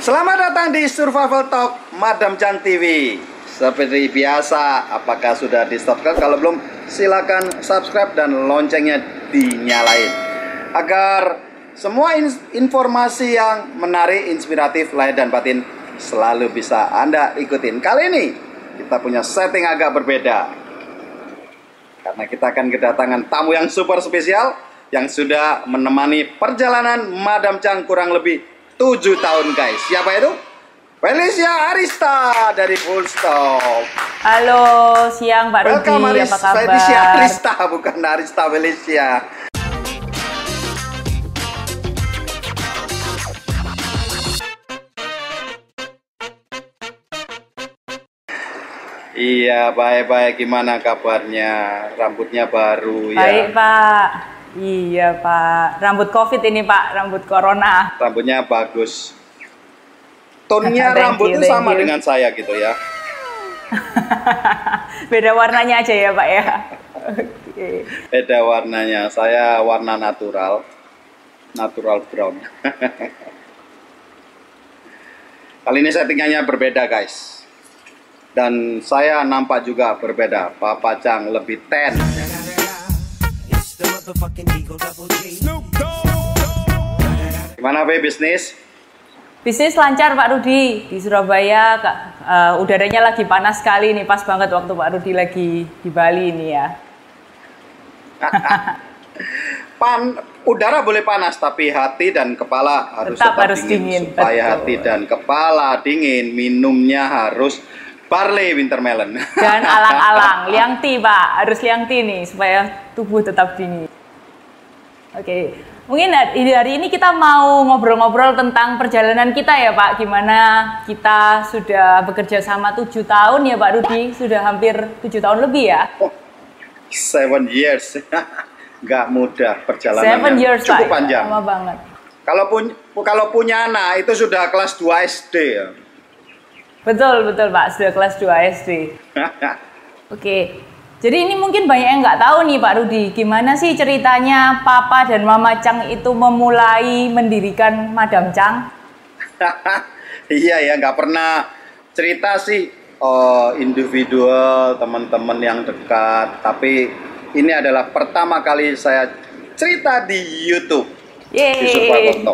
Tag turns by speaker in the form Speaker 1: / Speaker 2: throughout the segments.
Speaker 1: Selamat datang di Survival Talk Madam Chang TV. Seperti biasa, apakah sudah di subscribe? Kalau belum, silakan subscribe dan loncengnya dinyalain agar semua informasi yang menarik, inspiratif, lahir dan batin selalu bisa Anda ikutin. Kali ini kita punya setting agak berbeda karena kita akan kedatangan tamu yang super spesial yang sudah menemani perjalanan Madam Chang kurang lebih 7 tahun, guys. Siapa itu? Felicia Arista dari Full Stop.
Speaker 2: Halo, siang Pak Rudi.
Speaker 1: Welcome,
Speaker 2: apa kabar?
Speaker 1: Felicia Arista, bukan Arista Felicia. Iya, baik-baik. Gimana kabarnya? Rambutnya baru ya?
Speaker 2: Baik, Pak. Iya, Pak. Rambut COVID ini, Pak. Rambut corona.
Speaker 1: Rambutnya bagus. Tonnya rambut itu sama dengan saya gitu ya.
Speaker 2: Beda warnanya aja ya, Pak ya.
Speaker 1: Okay. Beda warnanya. Saya warna natural. Natural brown. Kali ini settingannya berbeda, guys. Dan saya nampak juga berbeda. Papa Chang lebih ten. Gimana Be bisnis?
Speaker 2: Bisnis lancar Pak Rudi. Di Surabaya udaranya lagi panas sekali nih. Pas banget waktu Pak Rudi lagi di Bali ini ya.
Speaker 1: Udara boleh panas tapi hati dan kepala tetap harus dingin. Supaya betul. Hati dan kepala dingin, minumnya harus barley winter melon.
Speaker 2: Dan alang-alang, liang tea Pak, harus liang tea nih supaya tubuh tetap dingin. Oke, mungkin hari ini kita mau ngobrol-ngobrol tentang perjalanan kita ya Pak. Gimana kita sudah bekerja sama 7 tahun ya Pak Rudi, sudah hampir 7 tahun lebih ya.
Speaker 1: 7 years, nggak mudah perjalanannya.
Speaker 2: 7 years
Speaker 1: cukup
Speaker 2: Pak,
Speaker 1: panjang.
Speaker 2: lama banget.
Speaker 1: Kalau punya anak itu sudah kelas 2 SD ya.
Speaker 2: Betul Pak, sudah kelas 2 SD. Oke, jadi ini mungkin banyak yang nggak tahu nih Pak Rudi, gimana sih ceritanya Papa dan Mama Chang itu memulai mendirikan Madam Chang?
Speaker 1: Iya ya, nggak pernah cerita sih individual teman-teman yang dekat, tapi ini adalah pertama kali saya cerita di YouTube.
Speaker 2: Yeay.
Speaker 1: Di Survival Talk.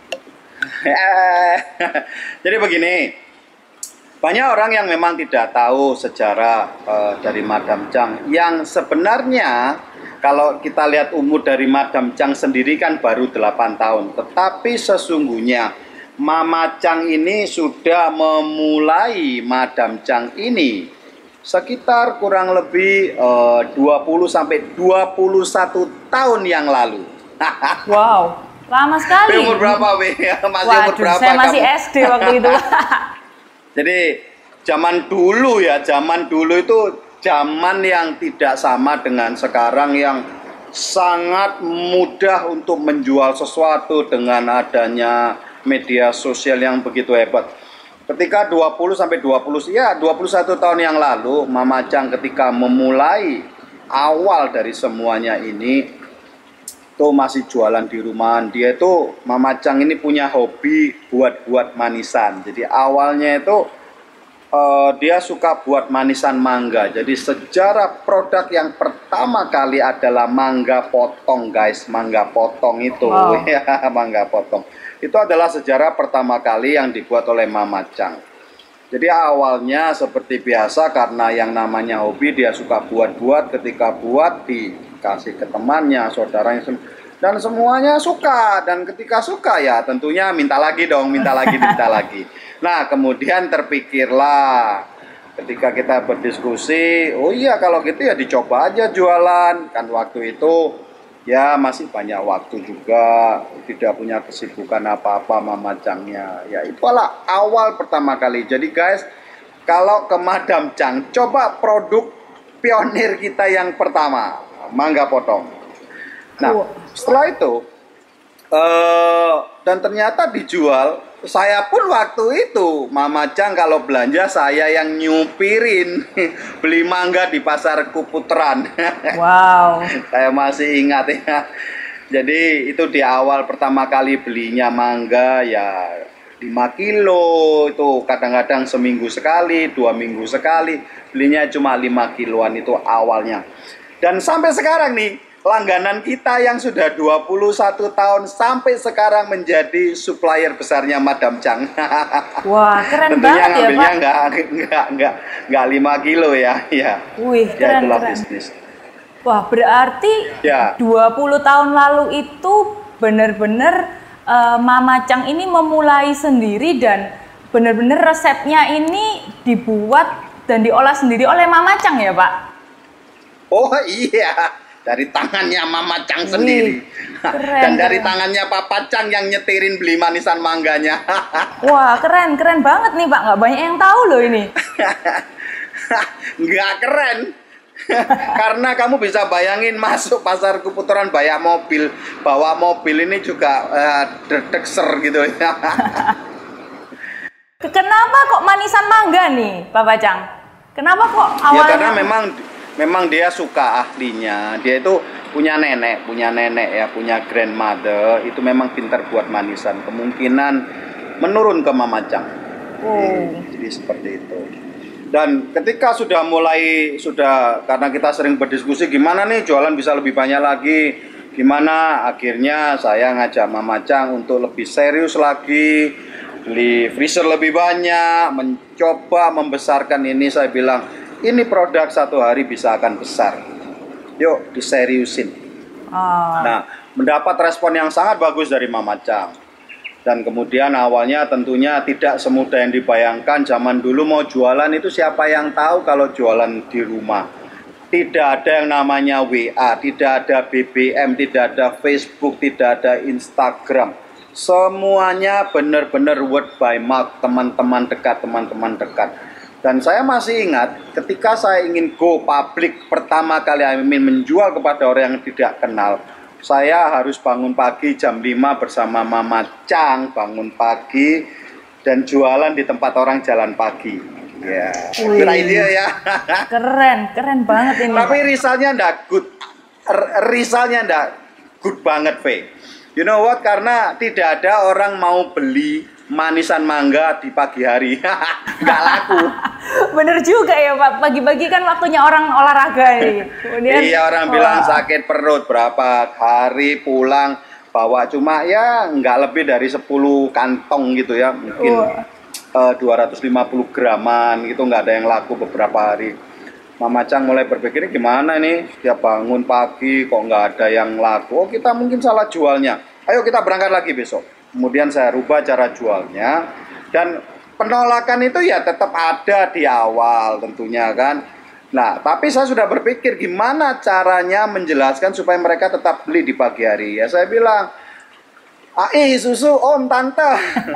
Speaker 1: Jadi begini. Banyak orang yang memang tidak tahu sejarah dari Madam Chang. Yang sebenarnya kalau kita lihat umur dari Madam Chang sendiri kan baru 8 tahun. Tetapi sesungguhnya Mama Chang ini sudah memulai Madam Chang ini sekitar kurang lebih 20-21 tahun yang lalu.
Speaker 2: Wow, lama sekali.
Speaker 1: Umur berapa, Be? Masih
Speaker 2: Waduh,
Speaker 1: umur berapa?
Speaker 2: saya masih SD waktu itu.
Speaker 1: Jadi zaman dulu itu zaman yang tidak sama dengan sekarang yang sangat mudah untuk menjual sesuatu dengan adanya media sosial yang begitu hebat. Ketika 21 tahun yang lalu Mama Chang ketika memulai awal dari semuanya ini tuh masih jualan di rumahan. Dia itu Mama Chang ini punya hobi buat manisan. Jadi awalnya itu dia suka buat manisan mangga. Jadi sejarah produk yang pertama kali adalah mangga potong, guys. Mangga potong itu, wow. Ya, mangga potong. Itu adalah sejarah pertama kali yang dibuat oleh Mama Chang. Jadi awalnya seperti biasa karena yang namanya hobi dia suka buat-buat. Ketika buat dikasih ke temannya, saudaranya, dan semuanya suka. Dan ketika suka ya tentunya minta lagi dong, minta lagi. Nah kemudian terpikirlah ketika kita berdiskusi, oh iya kalau gitu ya dicoba aja jualan. Kan waktu itu ya masih banyak waktu juga, tidak punya kesibukan apa-apa Mama Changnya. Ya itulah awal pertama kali. Jadi guys, kalau ke Madam Chang, coba produk pionir kita yang pertama, mangga potong. Nah setelah itu dan ternyata dijual. Saya pun waktu itu Mama Chang kalau belanja saya yang nyupirin beli mangga di pasar Kuputran.
Speaker 2: Wow.
Speaker 1: Saya masih ingat ya. Jadi itu di awal pertama kali belinya mangga ya 5 kilo itu kadang-kadang seminggu sekali, 2 minggu sekali, belinya cuma 5 kiloan itu awalnya. Dan sampai sekarang nih, langganan kita yang sudah 21 tahun sampai sekarang menjadi supplier besarnya Madam Chang.
Speaker 2: Wah, keren
Speaker 1: Tentunya
Speaker 2: banget ya, Pak.
Speaker 1: nggak 5 kilo ya. Ya.
Speaker 2: Wih,
Speaker 1: Ya, itulah
Speaker 2: keren.
Speaker 1: bisnis.
Speaker 2: Wah, berarti
Speaker 1: Ya.
Speaker 2: 20 tahun lalu itu benar-benar Mama Chang ini memulai sendiri dan benar-benar resepnya ini dibuat dan diolah sendiri oleh Mama Chang ya, Pak?
Speaker 1: Oh iya, dari tangannya Mama Chang sendiri.
Speaker 2: keren,
Speaker 1: Dan dari
Speaker 2: keren.
Speaker 1: tangannya Papa Chang yang nyetirin beli manisan mangganya.
Speaker 2: Wah, keren banget nih, Pak. Nggak banyak yang tahu loh ini.
Speaker 1: Nggak keren. Karena kamu bisa bayangin masuk pasar Keputaran banyak mobil, bawa mobil ini juga dedekser gitu.
Speaker 2: Kenapa kok manisan mangga nih, Papa Chang? Kenapa kok
Speaker 1: Ya
Speaker 2: awalnya?
Speaker 1: karena memang dia suka ahlinya. Dia itu punya nenek ya, punya grandmother, itu memang pintar buat manisan. Kemungkinan menurun ke Mama Chang. Jadi seperti itu. Dan ketika karena kita sering berdiskusi gimana nih jualan bisa lebih banyak lagi, gimana akhirnya saya ngajak Mama Chang untuk lebih serius lagi, beli freezer lebih banyak, mencoba membesarkan ini. Saya bilang ini produk satu hari bisa akan besar, yuk diseriusin. Nah, mendapat respon yang sangat bagus dari Mama Chang. Dan kemudian awalnya tentunya tidak semudah yang dibayangkan. Zaman dulu mau jualan itu siapa yang tahu kalau jualan di rumah. Tidak ada yang namanya WA, tidak ada BBM, tidak ada Facebook, tidak ada Instagram. Semuanya benar-benar word by mouth, teman-teman dekat. Dan saya masih ingat ketika saya ingin go public pertama kali ingin menjual kepada orang yang tidak kenal. Saya harus bangun pagi jam 5 bersama Mama Chang, bangun pagi dan jualan di tempat orang jalan pagi. Ya, kira idea ya.
Speaker 2: Keren banget ini.
Speaker 1: Tapi risalnya ndak good banget, Fe. You know what? Karena tidak ada orang mau beli manisan mangga di pagi hari. Nggak laku.
Speaker 2: Bener juga ya, Pak. Pagi-pagi kan waktunya orang olahraga nih. Kemudian,
Speaker 1: iya, orang bilang sakit perut berapa hari pulang bawa cuma ya nggak lebih dari 10 kantong gitu ya. Mungkin 250 graman gitu, nggak ada yang laku beberapa hari. Mama Chang mulai berpikir gimana nih, setiap bangun pagi kok nggak ada yang laku. Oh, kita mungkin salah jualnya. Ayo kita berangkat lagi besok. Kemudian saya rubah cara jualnya dan penolakan itu ya tetap ada di awal tentunya kan. Nah, tapi saya sudah berpikir gimana caranya menjelaskan supaya mereka tetap beli di pagi hari. Ya saya bilang, susu om tante.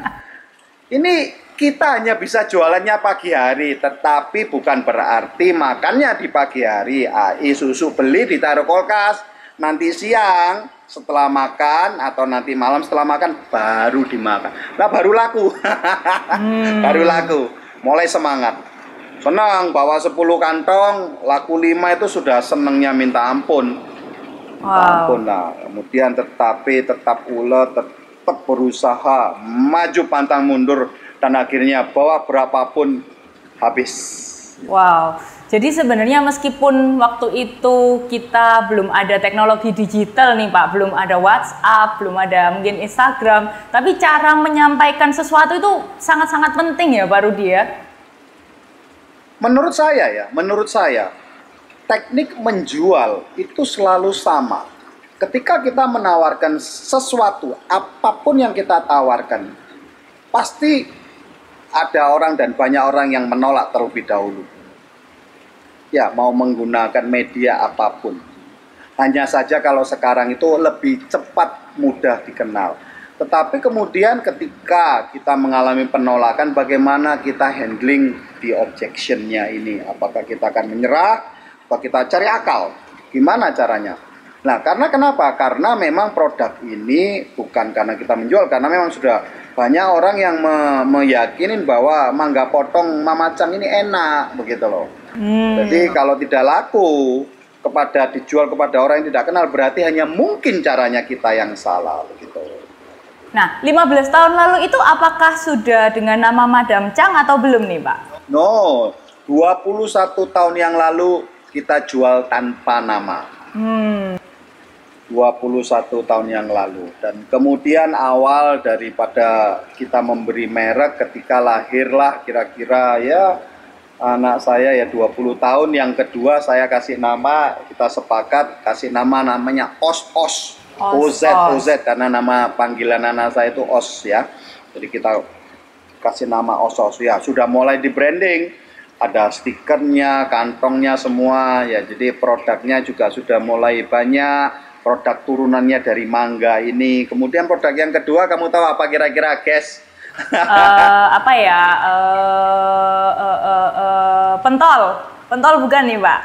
Speaker 1: Ini kita hanya bisa jualannya pagi hari, tetapi bukan berarti makannya di pagi hari. Susu beli ditaruh kulkas, nanti siang setelah makan atau nanti malam setelah makan baru dimakan. Nah, baru laku. Baru laku. Mulai semangat. Senang bawa 10 kantong, laku 5 itu sudah senengnya minta ampun. Ampun lah. Kemudian tetap ulet, tetap berusaha, maju pantang mundur dan akhirnya bawa berapapun habis.
Speaker 2: Wow. Jadi sebenarnya meskipun waktu itu kita belum ada teknologi digital nih Pak, belum ada WhatsApp, belum ada mungkin Instagram, tapi cara menyampaikan sesuatu itu sangat-sangat penting ya Pak Rudi ya?
Speaker 1: Menurut saya, teknik menjual itu selalu sama. Ketika kita menawarkan sesuatu, apapun yang kita tawarkan, pasti ada orang dan banyak orang yang menolak terlebih dahulu. Ya, mau menggunakan media apapun. Hanya saja kalau sekarang itu lebih cepat, mudah dikenal. Tetapi kemudian ketika kita mengalami penolakan, bagaimana kita handling di objection-nya ini? Apakah kita akan menyerah? Apakah kita cari akal? Gimana caranya? Nah, karena kenapa? Karena memang produk ini bukan karena kita menjual, karena memang sudah banyak orang yang meyakinin bahwa mangga potong Mama Chang ini enak, begitu loh. Jadi kalau tidak laku dijual kepada orang yang tidak kenal, berarti hanya mungkin caranya kita yang salah, begitu.
Speaker 2: Nah, 15 tahun lalu itu apakah sudah dengan nama Madam Chang atau belum nih, Pak?
Speaker 1: No, 21 tahun yang lalu kita jual tanpa nama. 21 tahun yang lalu. Dan kemudian awal daripada kita memberi merek ketika lahirlah kira-kira ya anak saya ya 20 tahun. Yang kedua saya kasih nama, kita sepakat kasih namanya Os. OZ karena nama panggilan anak saya itu Os ya. Jadi kita kasih nama Os ya. Sudah mulai di branding, ada stikernya, kantongnya semua ya. Jadi produknya juga sudah mulai banyak. Produk turunannya dari mangga ini. Kemudian produk yang kedua kamu tahu apa kira-kira, guys?
Speaker 2: Apa ya? Pentol bukan nih, Pak?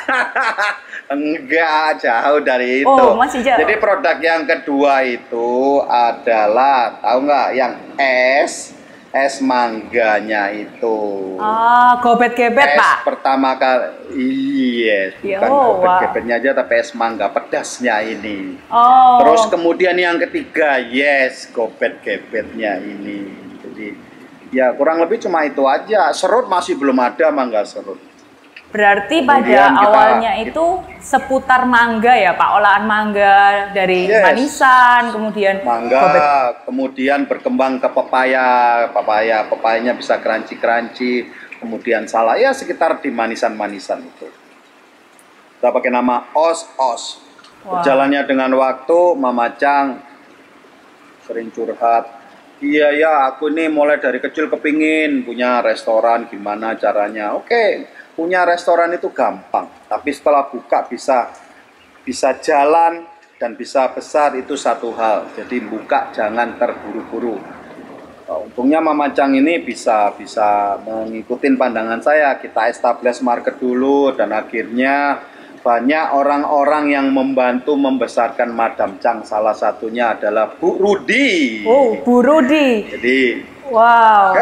Speaker 1: Enggak, jauh dari itu.
Speaker 2: Oh, masih jauh.
Speaker 1: Jadi produk yang kedua itu adalah, tahu nggak, yang es mangganya itu.
Speaker 2: Gobet-gebet, Pak.
Speaker 1: Pertama kali, yes, bukan gobet-gebetnya aja, tapi es mangga pedasnya ini. Terus kemudian yang ketiga, yes, gobet-gebetnya ini. Jadi ya kurang lebih cuma itu aja. Serut masih belum ada, mangga serut.
Speaker 2: Berarti pada awalnya itu seputar mangga ya Pak, olahan mangga dari manisan, kemudian
Speaker 1: mangga, kemudian berkembang ke papayanya bisa crunchy, kemudian salah ya sekitar di manisan itu. Kita pakai nama Os. Berjalannya dengan waktu, Mama Chang sering curhat. Iya ya, aku ini mulai dari kecil kepingin punya restoran, gimana caranya? Oke. Punya restoran itu gampang, tapi setelah buka bisa jalan dan bisa besar itu satu hal. Jadi buka jangan terburu-buru. Untungnya Mama Chang ini bisa mengikuti pandangan saya. Kita establish market dulu dan akhirnya banyak orang-orang yang membantu membesarkan Madam Chang. Salah satunya adalah Bu Rudi.
Speaker 2: Oh, Bu Rudi.
Speaker 1: Jadi,
Speaker 2: wow.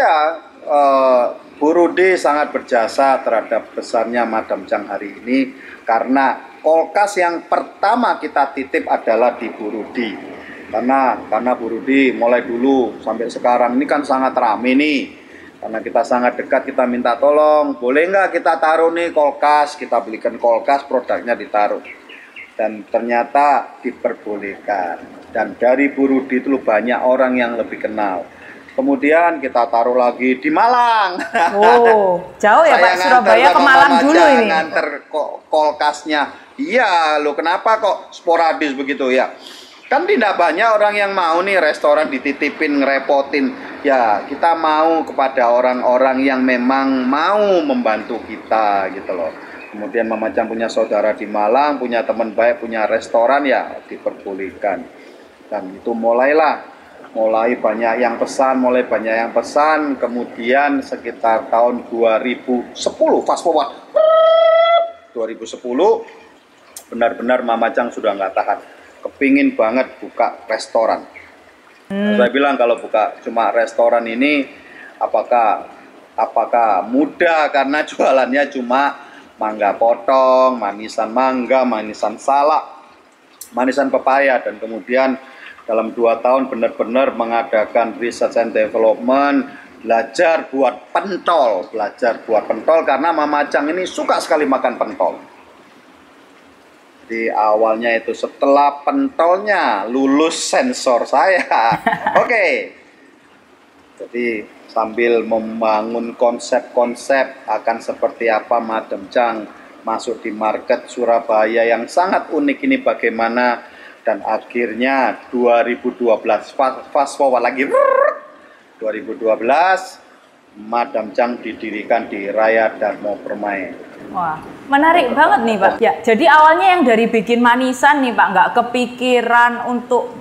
Speaker 1: Bu Rudi sangat berjasa terhadap besarnya Madam Chang hari ini karena kulkas yang pertama kita titip adalah di Bu Rudi. Karena Bu Rudi mulai dulu sampai sekarang ini kan sangat rame nih. Karena kita sangat dekat, kita minta tolong, boleh nggak kita taruh nih kulkas, kita belikan kulkas, produknya ditaruh. Dan ternyata diperbolehkan. Dan dari Bu Rudi itu banyak orang yang lebih kenal. Kemudian kita taruh lagi di Malang.
Speaker 2: Oh, jauh ya Pak, Surabaya ke Malang dulu ini.
Speaker 1: Nganter kulkasnya. Iya, lo kenapa kok sporadis begitu ya? Kan tidak banyak orang yang mau nih restoran dititipin, ngerepotin. Ya, kita mau kepada orang-orang yang memang mau membantu kita gitu loh. Kemudian Mama Chang punya saudara di Malang, punya teman baik, punya restoran, ya diperbolehkan. Dan itu mulai banyak yang pesan, kemudian sekitar tahun 2010, fast forward 2010, benar-benar Mama Chang sudah nggak tahan, kepingin banget buka restoran. Saya bilang kalau buka cuma restoran ini, apakah mudah, karena jualannya cuma mangga potong, manisan mangga, manisan salak, manisan pepaya, dan kemudian dalam 2 tahun benar-benar mengadakan research and development, belajar buat pentol karena Mama Chang ini suka sekali makan pentol. Di awalnya itu setelah pentolnya lulus sensor saya. Oke. Jadi sambil membangun konsep-konsep akan seperti apa Madam Chang masuk di market Surabaya yang sangat unik ini bagaimana. Dan akhirnya 2012, fast forward lagi, 2012 Madam Chang didirikan di Raya Darmo Permai.
Speaker 2: Wah, menarik banget nih Pak. Ya, jadi awalnya yang dari bikin manisan nih Pak, nggak kepikiran untuk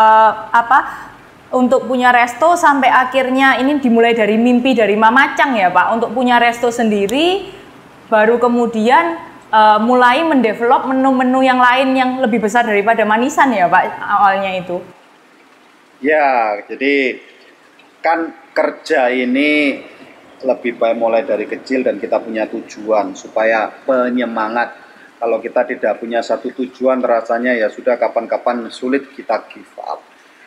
Speaker 2: untuk punya resto, sampai akhirnya ini dimulai dari mimpi dari Mama Chang ya Pak, untuk punya resto sendiri, baru kemudian mulai mendevelop menu-menu yang lain yang lebih besar daripada manisan ya Pak, awalnya itu.
Speaker 1: Ya, jadi kan kerja ini lebih baik mulai dari kecil dan kita punya tujuan supaya penyemangat. Kalau kita tidak punya satu tujuan rasanya ya sudah kapan-kapan sulit kita give up.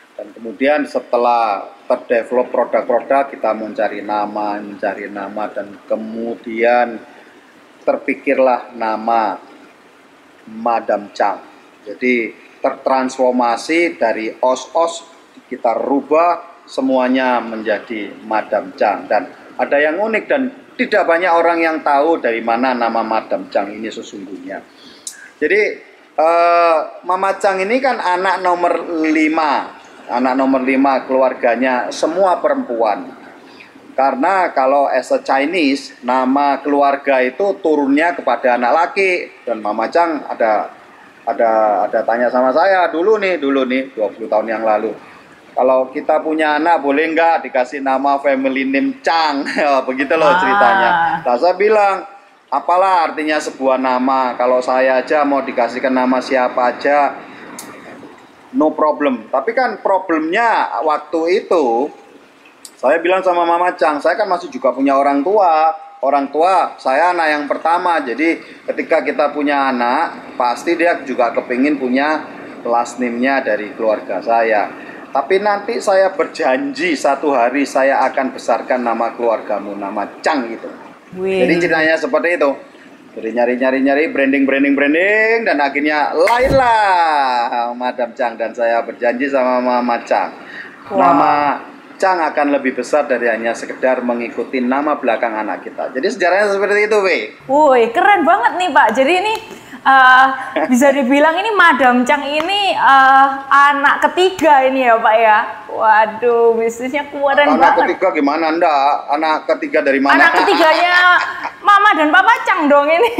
Speaker 1: Dan kemudian setelah terdevelop produk-produk, kita mencari nama, dan kemudian terpikirlah nama Madam Chang. Jadi tertransformasi dari os-os, kita rubah semuanya menjadi Madam Chang. Dan ada yang unik dan tidak banyak orang yang tahu dari mana nama Madam Chang ini sesungguhnya. Jadi Mama Chang ini kan anak nomor 5. Anak nomor 5 keluarganya semua perempuan. Karena kalau as a Chinese, nama keluarga itu turunnya kepada anak laki. Dan Mama Chang ada tanya sama saya dulu nih 20 tahun yang lalu. Kalau kita punya anak boleh nggak dikasih nama family name Chang? Begitu loh ceritanya. Nah, saya bilang, apalah artinya sebuah nama? Kalau saya aja mau dikasihkan nama siapa aja, no problem. Tapi kan problemnya waktu itu, saya bilang sama Mama Chang, saya kan masih juga punya orang tua. Orang tua saya anak yang pertama. Jadi ketika kita punya anak, pasti dia juga kepingin punya last name-nya dari keluarga saya. Tapi nanti saya berjanji satu hari saya akan besarkan nama keluargamu, nama Chang gitu. Jadi ceritanya seperti itu. Jadi nyari branding, dan akhirnya lahirlah Madam Chang. Dan saya berjanji sama Mama Chang, nama Chang akan lebih besar dari hanya sekedar mengikuti nama belakang anak kita. Jadi sejarahnya seperti itu, Wei.
Speaker 2: Woi, keren banget nih Pak. Jadi ini bisa dibilang ini Madam Chang ini anak ketiga ini ya Pak ya. Waduh, bisnisnya keren banget.
Speaker 1: Anak ketiga gimana Anda? Anak ketiga dari mana?
Speaker 2: Anak ketiganya Mama dan Papa Chang dong ini.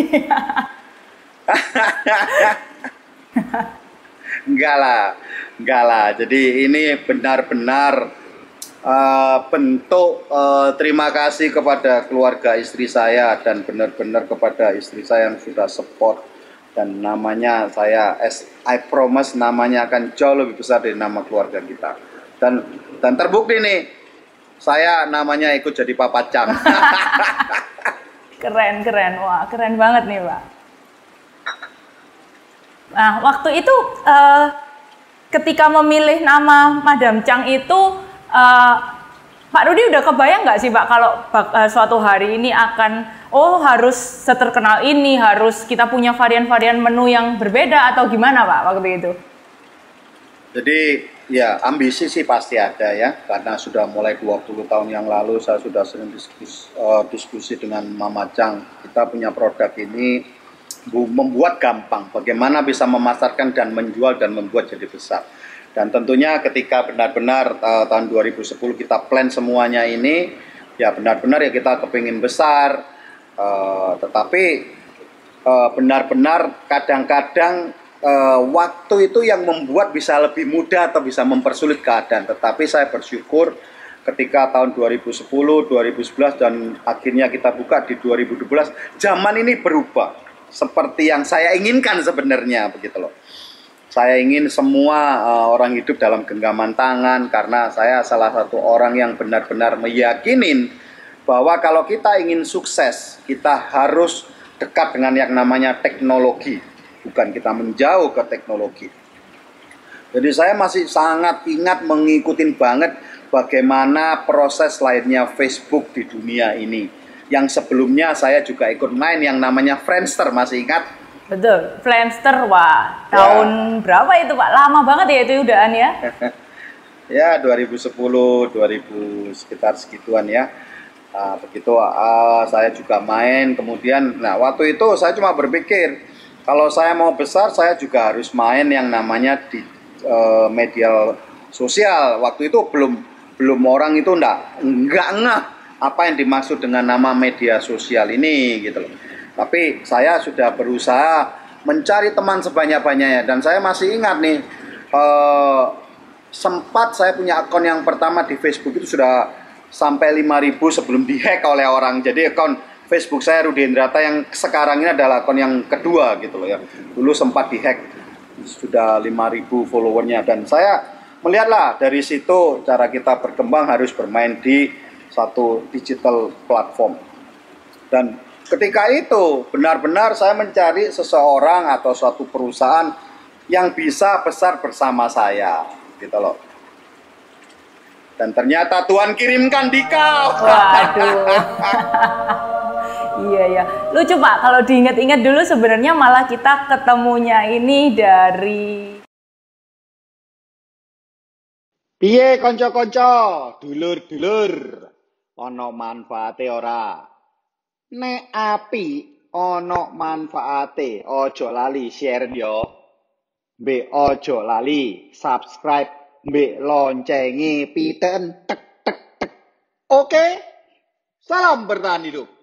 Speaker 1: Enggak lah. Jadi ini benar-benar bentuk terima kasih kepada keluarga istri saya dan benar-benar kepada istri saya yang sudah support. Dan namanya saya, as I promise, namanya akan jauh lebih besar dari nama keluarga kita. Dan terbukti nih, saya namanya ikut jadi Papa Chang.
Speaker 2: Keren. Wah, keren banget nih Pak. Nah, waktu itu ketika memilih nama Madam Chang itu, Pak Rudi udah kebayang nggak sih Pak kalau suatu hari ini akan harus seterkenal ini, harus kita punya varian-varian menu yang berbeda atau gimana Pak waktu itu?
Speaker 1: Jadi ya ambisi sih pasti ada ya, karena sudah mulai 20 tahun yang lalu saya sudah sering diskusi dengan Mama Chang. Kita punya produk ini membuat gampang, bagaimana bisa memasarkan dan menjual dan membuat jadi besar. Dan tentunya ketika benar-benar tahun 2010 kita plan semuanya ini, ya benar-benar ya kita kepingin besar, tetapi benar-benar kadang-kadang waktu itu yang membuat bisa lebih mudah atau bisa mempersulit keadaan. Tetapi saya bersyukur ketika tahun 2010, 2011 dan akhirnya kita buka di 2012, zaman ini berubah seperti yang saya inginkan sebenarnya, begitu loh. Saya ingin semua orang hidup dalam genggaman tangan, karena saya salah satu orang yang benar-benar meyakinin bahwa kalau kita ingin sukses, kita harus dekat dengan yang namanya teknologi, bukan kita menjauh ke teknologi. Jadi saya masih sangat ingat mengikuti banget bagaimana proses lahirnya Facebook di dunia ini. Yang sebelumnya saya juga ikut main yang namanya Friendster, masih ingat?
Speaker 2: Betul, Friendster, wah tahun berapa itu Pak? Lama banget ya itu udahan ya?
Speaker 1: Ya 2010, 2000 sekitar segituan ya. Begitu saya juga main, kemudian waktu itu saya cuma berpikir kalau saya mau besar saya juga harus main yang namanya di media sosial. Waktu itu belum orang itu enggak ngeh apa yang dimaksud dengan nama media sosial ini gitu loh. Tapi saya sudah berusaha mencari teman sebanyak-banyaknya. Dan saya masih ingat nih, sempat saya punya akun yang pertama di Facebook itu sudah sampai 5.000 sebelum dihack oleh orang. Jadi akun Facebook saya Rudi Hendrata yang sekarang ini adalah akun yang kedua gitu loh ya. Dulu sempat dihack, sudah 5.000 followernya. Dan saya melihatlah dari situ cara kita berkembang harus bermain di satu digital platform. Dan ketika itu benar-benar saya mencari seseorang atau suatu perusahaan yang bisa besar bersama saya, gitu loh. Dan ternyata Tuhan kirimkan di kau.
Speaker 2: Waduh. Iya ya. Lucu Pak, kalau diingat-ingat dulu sebenarnya malah kita ketemunya ini dari
Speaker 1: Piye kanca-kanca, dulur-dulur, ana manfaate ora? Nek apik ana manfaate, aja lali share yo. Mbek aja lali subscribe, mbek loncenge piten tek tek tek. Oke? Salam bertahan hidup.